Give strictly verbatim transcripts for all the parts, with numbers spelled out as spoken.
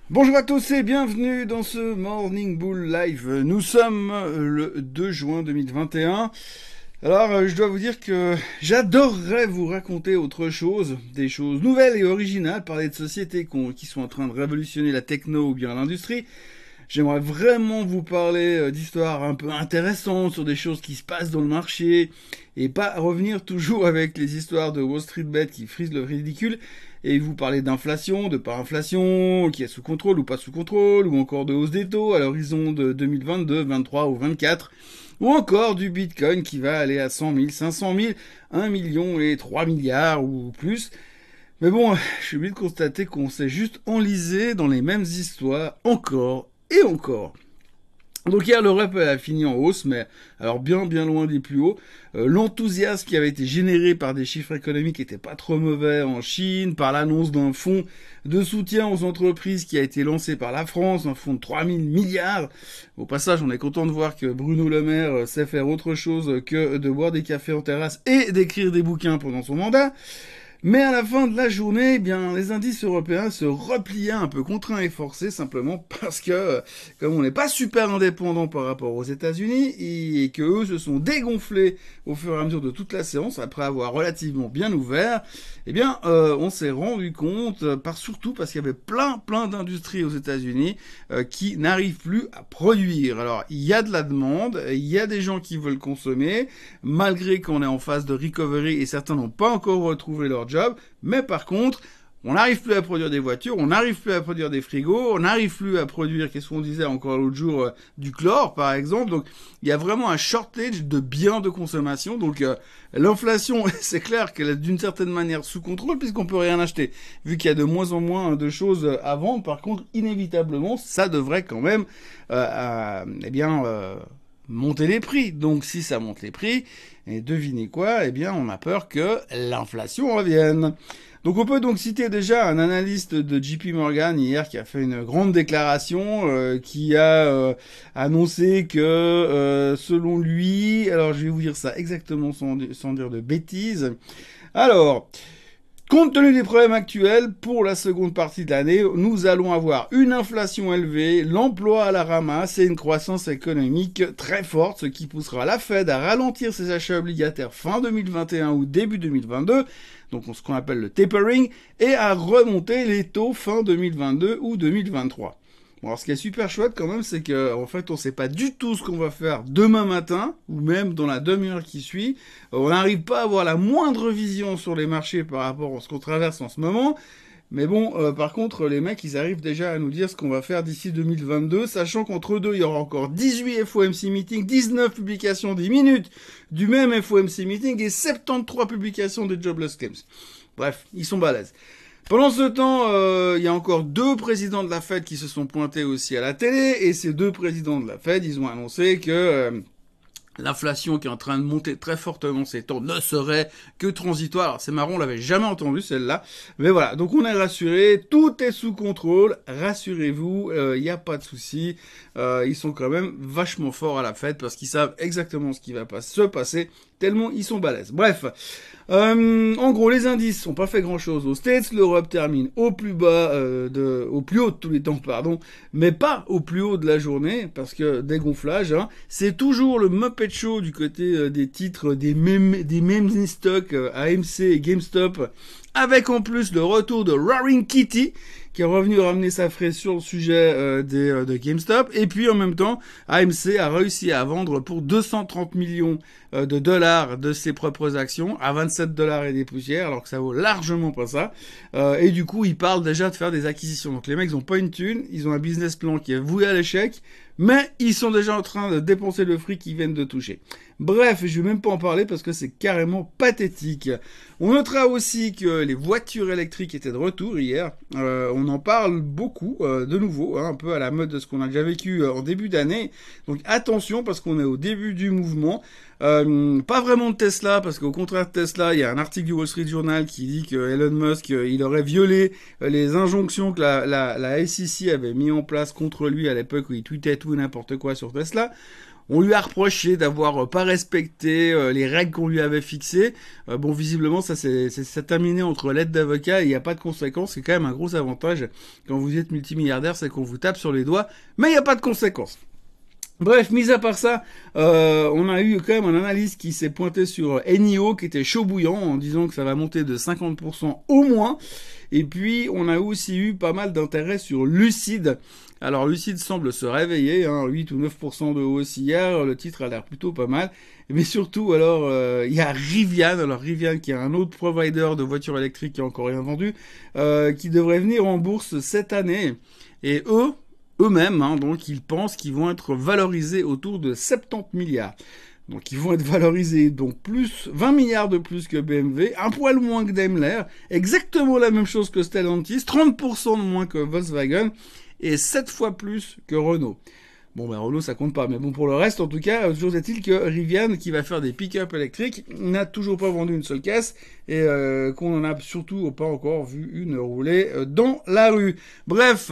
Bonjour à tous et bienvenue dans ce Morning Bull Live. Nous sommes le deux juin deux mille vingt et un. Alors, je dois vous dire que j'adorerais vous raconter autre chose, des choses nouvelles et originales, parler de sociétés qui sont en train de révolutionner la techno ou bien l'industrie. J'aimerais vraiment vous parler d'histoires un peu intéressantes sur des choses qui se passent dans le marché et pas revenir toujours avec les histoires de Wall Street Bet qui frisent le ridicule et vous parler d'inflation, de par inflation, qui est sous contrôle ou pas sous contrôle, ou encore de hausse des taux à l'horizon de deux mille vingt-deux, vingt-trois ou vingt-quatre, ou encore du Bitcoin qui va aller à cent mille, cinq cent mille, un million et trois milliards ou plus. Mais bon, je suis obligé de constater qu'on s'est juste enlisé dans les mêmes histoires encore et encore. Donc hier, le rep a fini en hausse, mais alors bien bien loin des plus hauts. Euh, L'enthousiasme qui avait été généré par des chiffres économiques était pas trop mauvais en Chine, par l'annonce d'un fonds de soutien aux entreprises qui a été lancé par la France, un fonds de trois mille milliards. Au passage, on est content de voir que Bruno Le Maire sait faire autre chose que de boire des cafés en terrasse et d'écrire des bouquins pendant son mandat. Mais à la fin de la journée, eh bien, les indices européens se repliaient un peu contraints et forcés simplement parce que, comme on n'est pas super indépendant par rapport aux États-Unis et que eux se sont dégonflés au fur et à mesure de toute la séance après avoir relativement bien ouvert, eh bien, euh, on s'est rendu compte, par surtout parce qu'il y avait plein, plein d'industries aux États-Unis euh, qui n'arrivent plus à produire. Alors, il y a de la demande, il y a des gens qui veulent consommer, malgré qu'on est en phase de recovery et certains n'ont pas encore retrouvé leur job, mais par contre, on n'arrive plus à produire des voitures, on n'arrive plus à produire des frigos, on n'arrive plus à produire, qu'est-ce qu'on disait encore l'autre jour, euh, du chlore par exemple. Donc il y a vraiment un shortage de biens de consommation. Donc euh, l'inflation, c'est clair qu'elle est d'une certaine manière sous contrôle puisqu'on peut rien acheter. Vu qu'il y a de moins en moins de choses à vendre, par contre, inévitablement, ça devrait quand même, euh, euh, eh bien... Euh, monter les prix. Donc si ça monte les prix, et devinez quoi, eh bien on a peur que l'inflation revienne. Donc on peut donc citer déjà un analyste de J P Morgan hier qui a fait une grande déclaration, euh, qui a euh, annoncé que euh, selon lui, alors je vais vous dire ça exactement sans, sans dire de bêtises, alors... Compte tenu des problèmes actuels, pour la seconde partie de l'année, nous allons avoir une inflation élevée, l'emploi à la ramasse et une croissance économique très forte, ce qui poussera la Fed à ralentir ses achats obligataires fin deux mille vingt et un ou début deux mille vingt-deux, donc ce qu'on appelle le tapering, et à remonter les taux fin deux mille vingt-deux ou deux mille vingt-trois. Bon, alors ce qui est super chouette quand même, c'est que en fait, on sait pas du tout ce qu'on va faire demain matin, ou même dans la demi-heure qui suit. On n'arrive pas à avoir la moindre vision sur les marchés par rapport à ce qu'on traverse en ce moment. Mais bon, euh, par contre, les mecs, ils arrivent déjà à nous dire ce qu'on va faire d'ici deux mille vingt-deux, sachant qu'entre deux, il y aura encore dix-huit F O M C meetings, dix-neuf publications dix minutes du même F O M C meeting et soixante-treize publications des jobless claims. Bref, ils sont balèzes. Pendant ce temps, euh, il y a encore deux présidents de la Fed qui se sont pointés aussi à la télé, et ces deux présidents de la Fed, ils ont annoncé que euh, l'inflation qui est en train de monter très fortement ces temps ne serait que transitoire. Alors c'est marrant, on l'avait jamais entendu celle-là, mais voilà, donc on est rassuré, tout est sous contrôle, rassurez-vous, il euh, n'y a pas de souci, euh, ils sont quand même vachement forts à la Fed parce qu'ils savent exactement ce qui va pas se passer, tellement ils sont balèzes. Bref, euh, en gros, les indices sont pas fait grand-chose aux States. L'Europe termine au plus bas, euh, de, au plus haut de tous les temps, pardon, mais pas au plus haut de la journée, parce que dégonflage, hein, c'est toujours le Muppet Show du côté euh, des titres, des mêmes, des mêmes stocks, euh, A M C et GameStop, avec en plus le retour de Roaring Kitty, qui est revenu ramener sa fraise sur le sujet euh, des, euh, de GameStop. Et puis en même temps, A M C a réussi à vendre pour deux cent trente millions euh, de dollars de ses propres actions à vingt-sept dollars et des poussières, alors que ça vaut largement pas ça. Euh, et du coup, ils parlent déjà de faire des acquisitions. Donc les mecs, ils ont pas une thune, ils ont un business plan qui est voué à l'échec, mais ils sont déjà en train de dépenser le fric qu'ils viennent de toucher. Bref, je vais même pas en parler parce que c'est carrément pathétique. On notera aussi que les voitures électriques étaient de retour hier. Euh, on en parle beaucoup, euh, de nouveau, hein, un peu à la mode de ce qu'on a déjà vécu euh, en début d'année. Donc attention parce qu'on est au début du mouvement. Euh, pas vraiment de Tesla, parce qu'au contraire de Tesla, il y a un article du Wall Street Journal qui dit que Elon Musk, euh, il aurait violé euh, les injonctions que la, la, la S E C avait mis en place contre lui à l'époque où il tweetait tout et n'importe quoi sur Tesla. On lui a reproché d'avoir pas respecté euh, les règles qu'on lui avait fixées. Euh, bon, visiblement, ça c'est terminé entre l'aide d'avocat et il n'y a pas de conséquences. C'est quand même un gros avantage quand vous êtes multimilliardaire, c'est qu'on vous tape sur les doigts, mais il n'y a pas de conséquences. Bref, mis à part ça, euh, on a eu quand même un analyste qui s'est pointé sur N I O, qui était chaud bouillant, en disant que ça va monter de cinquante pour cent au moins. Et puis, on a aussi eu pas mal d'intérêt sur Lucid. Alors, Lucid semble se réveiller, hein, huit ou neuf pour cent de hausse hier, le titre a l'air plutôt pas mal. Mais surtout, alors, euh, il y a Rivian, alors Rivian qui est un autre provider de voitures électriques qui a encore rien vendu, euh, qui devrait venir en bourse cette année. Et eux, eux-mêmes, hein, donc ils pensent qu'ils vont être valorisés autour de soixante-dix milliards. Donc ils vont être valorisés donc plus vingt milliards de plus que B M W, un poil moins que Daimler, exactement la même chose que Stellantis, trente pour cent de moins que Volkswagen et sept fois plus que Renault. Bon, ben Renault, ça compte pas. Mais bon, pour le reste, en tout cas, toujours est-il que Rivian, qui va faire des pick-up électriques, n'a toujours pas vendu une seule caisse et euh, qu'on en a surtout pas encore vu une rouler dans la rue. Bref,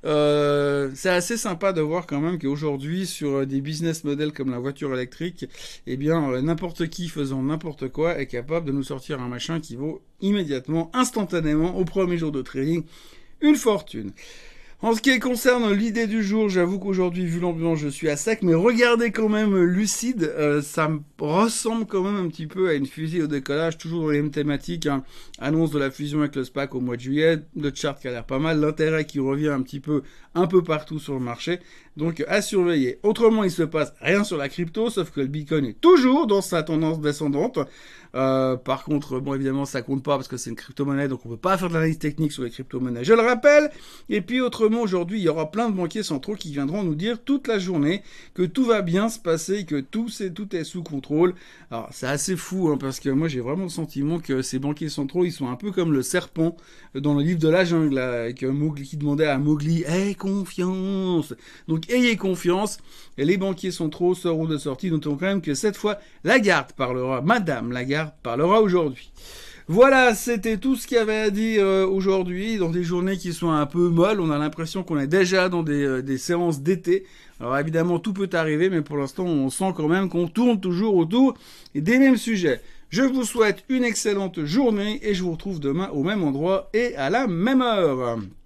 euh, c'est assez sympa de voir quand même qu'aujourd'hui, sur des business models comme la voiture électrique, eh bien, euh, n'importe qui faisant n'importe quoi est capable de nous sortir un machin qui vaut immédiatement, instantanément, au premier jour de trading, une fortune. En ce qui concerne l'idée du jour, j'avoue qu'aujourd'hui, vu l'ambiance, je suis à sec, mais regardez quand même Lucid, euh, ça me ressemble quand même un petit peu à une fusée au décollage, toujours dans les mêmes thématiques, hein. Annonce de la fusion avec le SPAC au mois de juillet, le chart qui a l'air pas mal, l'intérêt qui revient un petit peu, un peu partout sur le marché, donc à surveiller. Autrement, il se passe rien sur la crypto, sauf que le Bitcoin est toujours dans sa tendance descendante. Euh, par contre, bon, évidemment, ça compte pas parce que c'est une crypto-monnaie, donc on peut pas faire de l'analyse technique sur les crypto-monnaies, je le rappelle. Et puis, autrement, aujourd'hui, il y aura plein de banquiers centraux qui viendront nous dire toute la journée que tout va bien se passer, que tout, c'est, tout est sous contrôle. Alors, c'est assez fou, hein, parce que moi, j'ai vraiment le sentiment que ces banquiers centraux, ils sont un peu comme le serpent dans le livre de la jungle, là, avec Mowgli qui demandait à Mowgli, aie confiance. Donc, ayez confiance. Et les banquiers centraux seront de sortie. Notons quand même que cette fois, Lagarde parlera, Madame Lagarde parlera aujourd'hui. Voilà, c'était tout ce qu'il y avait à dire euh, aujourd'hui, dans des journées qui sont un peu molles. On a l'impression qu'on est déjà dans des, euh, des séances d'été. Alors évidemment, tout peut arriver, mais pour l'instant, on sent quand même qu'on tourne toujours autour des mêmes sujets. Je vous souhaite une excellente journée et je vous retrouve demain au même endroit et à la même heure.